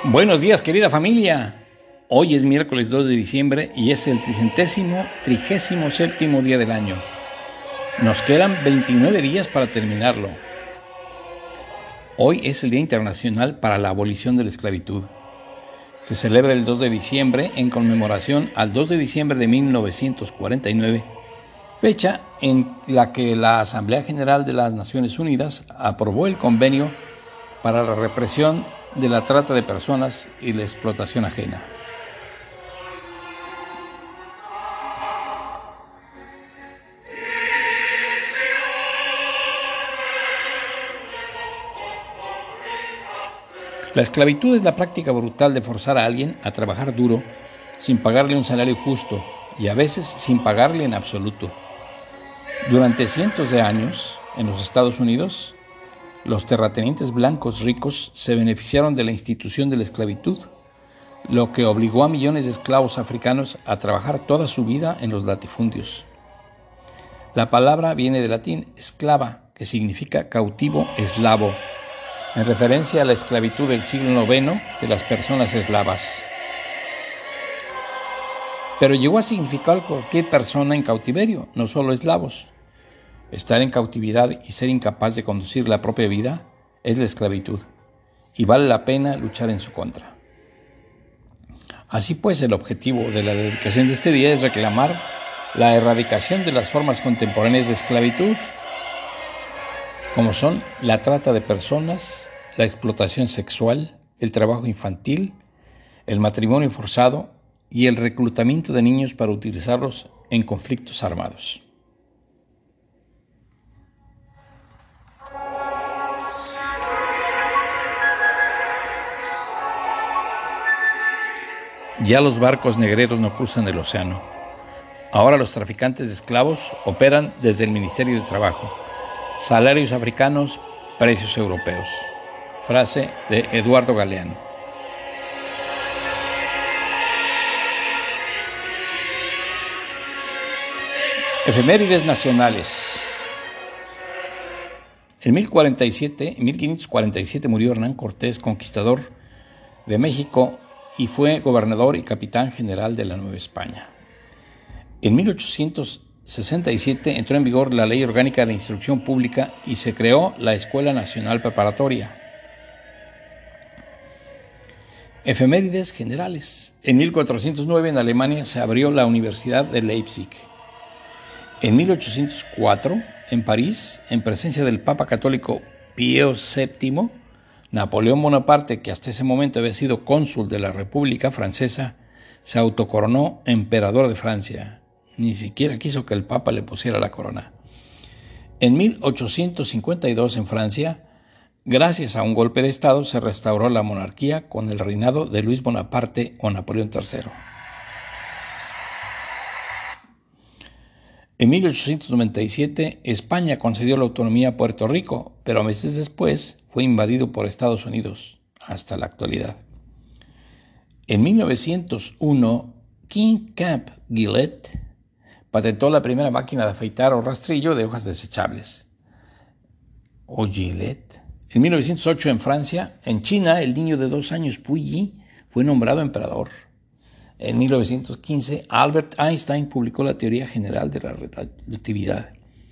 Buenos días, querida familia. Hoy es miércoles 2 de diciembre y es el 37º día del año. Nos quedan 29 días para terminarlo. Hoy es el Día Internacional para la Abolición de la Esclavitud. Se celebra el 2 de diciembre en conmemoración al 2 de diciembre de 1949, fecha en la que la Asamblea General de las Naciones Unidas aprobó el Convenio para la represión de la trata de personas y la explotación ajena. La esclavitud es la práctica brutal de forzar a alguien a trabajar duro sin pagarle un salario justo y a veces sin pagarle en absoluto. Durante cientos de años, en los Estados Unidos, los terratenientes blancos ricos se beneficiaron de la institución de la esclavitud, lo que obligó a millones de esclavos africanos a trabajar toda su vida en los latifundios. La palabra viene del latín esclava, que significa cautivo eslavo, en referencia a la esclavitud del siglo IX de las personas eslavas. Pero llegó a significar cualquier persona en cautiverio, no solo esclavos. Estar en cautividad y ser incapaz de conducir la propia vida es la esclavitud, y vale la pena luchar en su contra. Así pues, el objetivo de la dedicación de este día es reclamar la erradicación de las formas contemporáneas de esclavitud, como son la trata de personas, la explotación sexual, el trabajo infantil, el matrimonio forzado y el reclutamiento de niños para utilizarlos en conflictos armados. Ya los barcos negreros no cruzan el océano. Ahora los traficantes de esclavos operan desde el Ministerio de Trabajo. Salarios africanos, precios europeos. Frase de Eduardo Galeano. Efemérides nacionales. En 1547 murió Hernán Cortés, conquistador de México, y fue gobernador y capitán general de la Nueva España. En 1867 entró en vigor la Ley Orgánica de Instrucción Pública y se creó la Escuela Nacional Preparatoria. Efemérides generales. En 1409 en Alemania se abrió la Universidad de Leipzig. En 1804, en París, en presencia del Papa Católico Pío VII, Napoleón Bonaparte, que hasta ese momento había sido cónsul de la República Francesa, se autocoronó emperador de Francia. Ni siquiera quiso que el Papa le pusiera la corona. En 1852, en Francia, gracias a un golpe de Estado, se restauró la monarquía con el reinado de Luis Bonaparte o Napoleón III. En 1897, España concedió la autonomía a Puerto Rico, pero meses después fue invadido por Estados Unidos, hasta la actualidad. En 1901, King Camp Gillette patentó la primera máquina de afeitar o rastrillo de hojas desechables, o Gillette. En 1908, en Francia, en China, el niño de 2 años, Puyi, fue nombrado emperador. En 1915, Albert Einstein publicó la teoría general de la relatividad.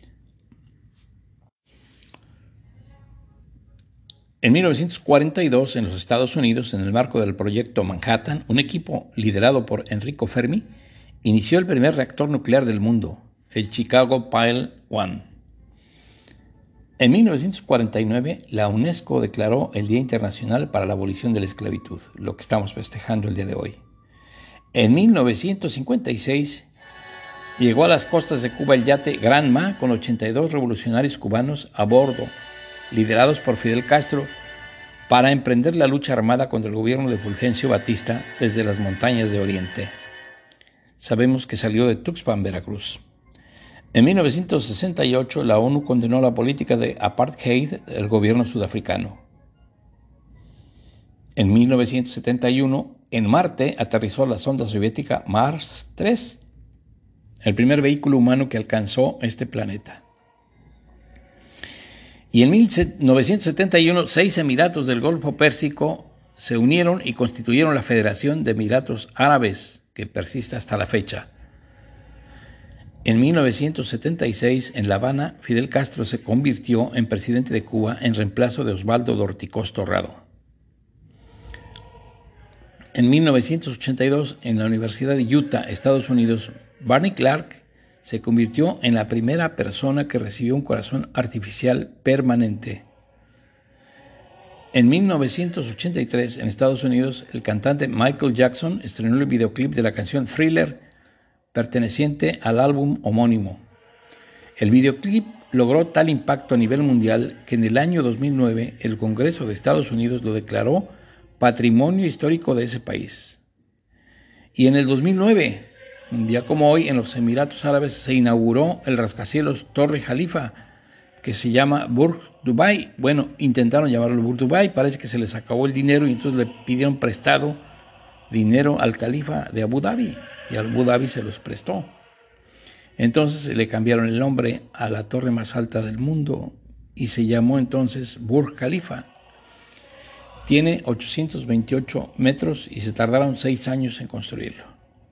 En 1942, en los Estados Unidos, en el marco del proyecto Manhattan, un equipo liderado por Enrico Fermi inició el primer reactor nuclear del mundo, el Chicago Pile 1. En 1949, la UNESCO declaró el Día Internacional para la Abolición de la Esclavitud, lo que estamos festejando el día de hoy. En 1956, llegó a las costas de Cuba el yate Granma con 82 revolucionarios cubanos a bordo, liderados por Fidel Castro, para emprender la lucha armada contra el gobierno de Fulgencio Batista desde las montañas de Oriente. Sabemos que salió de Tuxpan, Veracruz. En 1968, la ONU condenó la política de apartheid del gobierno sudafricano. En 1971, en Marte aterrizó la sonda soviética Mars 3, el primer vehículo humano que alcanzó este planeta. Y en 1971, 6 emiratos del Golfo Pérsico se unieron y constituyeron la Federación de Emiratos Árabes, que persiste hasta la fecha. En 1976, en La Habana, Fidel Castro se convirtió en presidente de Cuba en reemplazo de Osvaldo Dorticós Torrado. En 1982, en la Universidad de Utah, Estados Unidos, Barney Clark se convirtió en la primera persona que recibió un corazón artificial permanente. En 1983, en Estados Unidos, el cantante Michael Jackson estrenó el videoclip de la canción Thriller, perteneciente al álbum homónimo. El videoclip logró tal impacto a nivel mundial que en el año 2009 el Congreso de Estados Unidos lo declaró Patrimonio Histórico de ese país. Y en el 2009, un día como hoy, en los Emiratos Árabes se inauguró el rascacielos Torre Jalifa, que se llama Burj Dubai. Bueno, intentaron llamarlo Burj Dubai, parece que se les acabó el dinero y entonces le pidieron prestado dinero al califa de Abu Dhabi y Abu Dhabi se los prestó. Entonces le cambiaron el nombre a la torre más alta del mundo y se llamó entonces Burj Khalifa. Tiene 828 metros y se tardaron 6 años en construirlo.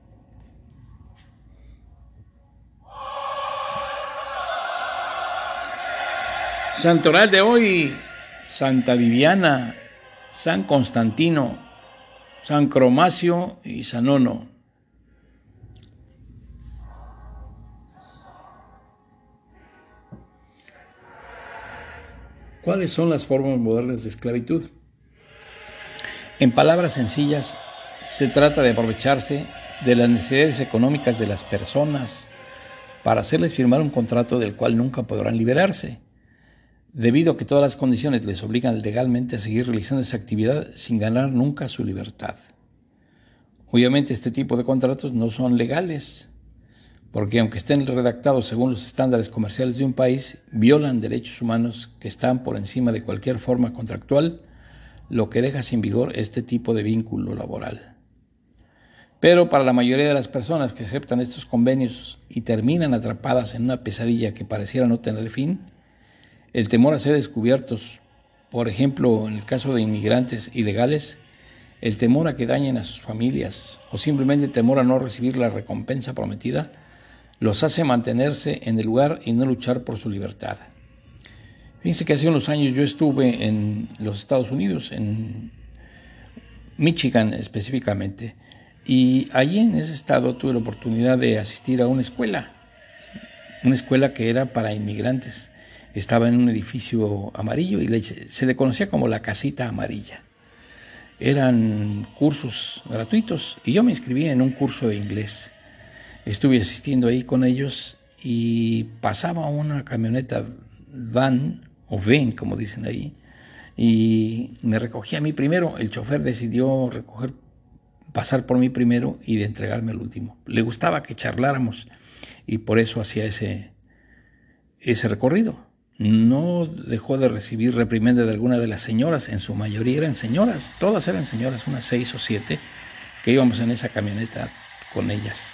Santoral de hoy: Santa Viviana, San Constantino, San Cromacio y San Ono. ¿Cuáles son las formas modernas de esclavitud? En palabras sencillas, se trata de aprovecharse de las necesidades económicas de las personas para hacerles firmar un contrato del cual nunca podrán liberarse, debido a que todas las condiciones les obligan legalmente a seguir realizando esa actividad sin ganar nunca su libertad. Obviamente este tipo de contratos no son legales, porque aunque estén redactados según los estándares comerciales de un país, violan derechos humanos que están por encima de cualquier forma contractual, lo que deja sin vigor este tipo de vínculo laboral. Pero para la mayoría de las personas que aceptan estos convenios y terminan atrapadas en una pesadilla que pareciera no tener fin, el temor a ser descubiertos, por ejemplo, en el caso de inmigrantes ilegales, el temor a que dañen a sus familias o simplemente el temor a no recibir la recompensa prometida, los hace mantenerse en el lugar y no luchar por su libertad. Fíjense que hace unos años yo estuve en los Estados Unidos, en Michigan específicamente, y allí en ese estado tuve la oportunidad de asistir a una escuela que era para inmigrantes. Estaba en un edificio amarillo y se le conocía como la casita amarilla. Eran cursos gratuitos y yo me inscribí en un curso de inglés. Estuve asistiendo ahí con ellos y pasaba una camioneta van o ven, como dicen ahí, y me recogía a mí primero. El chofer decidió pasar por mí primero y de entregarme el último. Le gustaba que charláramos y por eso hacía ese recorrido. No dejó de recibir reprimenda de alguna de las señoras, en su mayoría eran señoras, todas eran señoras, unas 6 o 7, que íbamos en esa camioneta con ellas.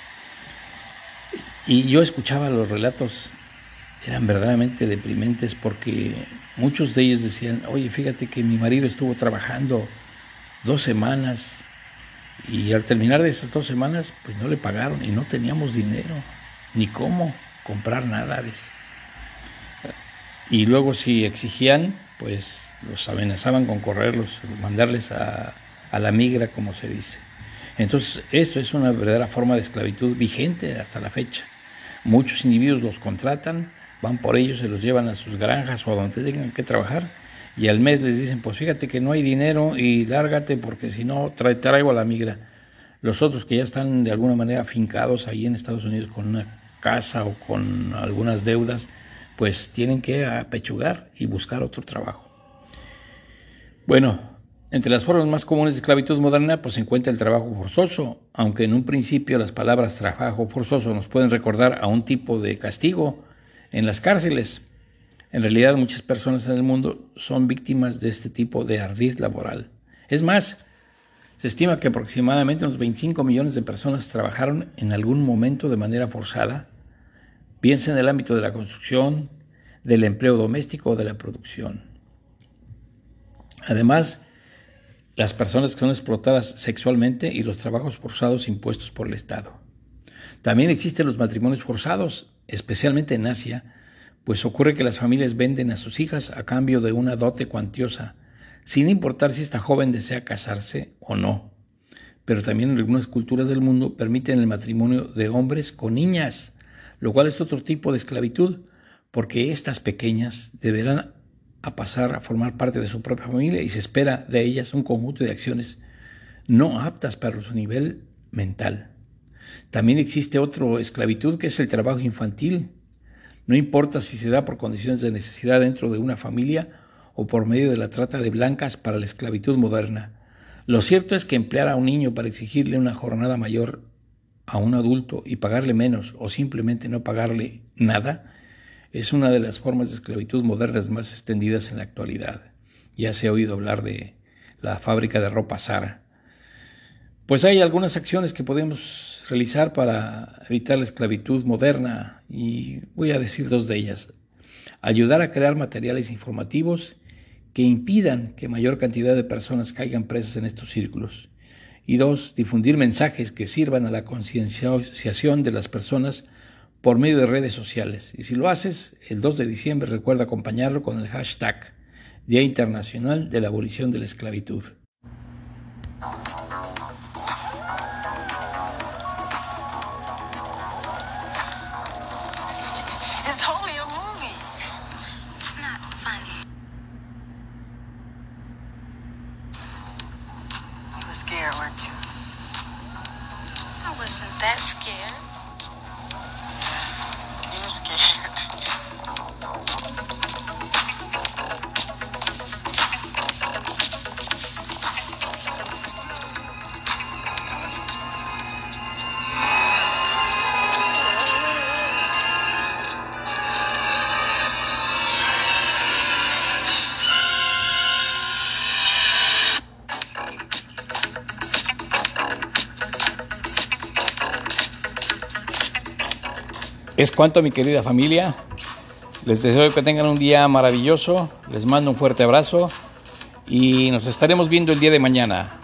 Y yo escuchaba los relatos, eran verdaderamente deprimentes porque muchos de ellos decían: oye, fíjate que mi marido estuvo trabajando 2 semanas y al terminar de esas 2 semanas pues no le pagaron y no teníamos dinero, ni cómo comprar nada. Y luego si exigían, pues los amenazaban con correrlos, mandarles a la migra, como se dice. Entonces esto es una verdadera forma de esclavitud vigente hasta la fecha. Muchos individuos los contratan, van por ellos, se los llevan a sus granjas o a donde tengan que trabajar y al mes les dicen: pues fíjate que no hay dinero y lárgate porque si no traigo a la migra. Los otros que ya están de alguna manera afincados ahí en Estados Unidos con una casa o con algunas deudas, pues tienen que apechugar y buscar otro trabajo. Bueno, entre las formas más comunes de esclavitud moderna pues se encuentra el trabajo forzoso, aunque en un principio las palabras trabajo forzoso nos pueden recordar a un tipo de castigo en las cárceles. En realidad muchas personas en el mundo son víctimas de este tipo de ardid laboral. Es más, se estima que aproximadamente unos 25 millones de personas trabajaron en algún momento de manera forzada, bien sea en el ámbito de la construcción, del empleo doméstico o de la producción. Además, las personas que son explotadas sexualmente y los trabajos forzados impuestos por el Estado. También existen los matrimonios forzados, especialmente en Asia, pues ocurre que las familias venden a sus hijas a cambio de una dote cuantiosa, sin importar si esta joven desea casarse o no. Pero también en algunas culturas del mundo permiten el matrimonio de hombres con niñas, lo cual es otro tipo de esclavitud, porque estas pequeñas deberán pasar a formar parte de su propia familia y se espera de ellas un conjunto de acciones no aptas para su nivel mental. También existe otra esclavitud que es el trabajo infantil. No importa si se da por condiciones de necesidad dentro de una familia o por medio de la trata de blancas para la esclavitud moderna. Lo cierto es que emplear a un niño para exigirle una jornada mayor a un adulto y pagarle menos o simplemente no pagarle nada es una de las formas de esclavitud modernas más extendidas en la actualidad. Ya se ha oído hablar de la fábrica de ropa Zara. Pues hay algunas acciones que podemos realizar para evitar la esclavitud moderna y voy a decir dos de ellas. Ayudar a crear materiales informativos que impidan que mayor cantidad de personas caigan presas en estos círculos. Y dos, difundir mensajes que sirvan a la concienciación de las personas por medio de redes sociales. Y si lo haces, el 2 de diciembre recuerda acompañarlo con el hashtag Día Internacional de la Abolición de la Esclavitud. It's only a movie. It's not funny. You were scared, weren't you? I wasn't that scared. You were scared. Es cuanto, mi querida familia. Les deseo que tengan un día maravilloso. Les mando un fuerte abrazo y nos estaremos viendo el día de mañana.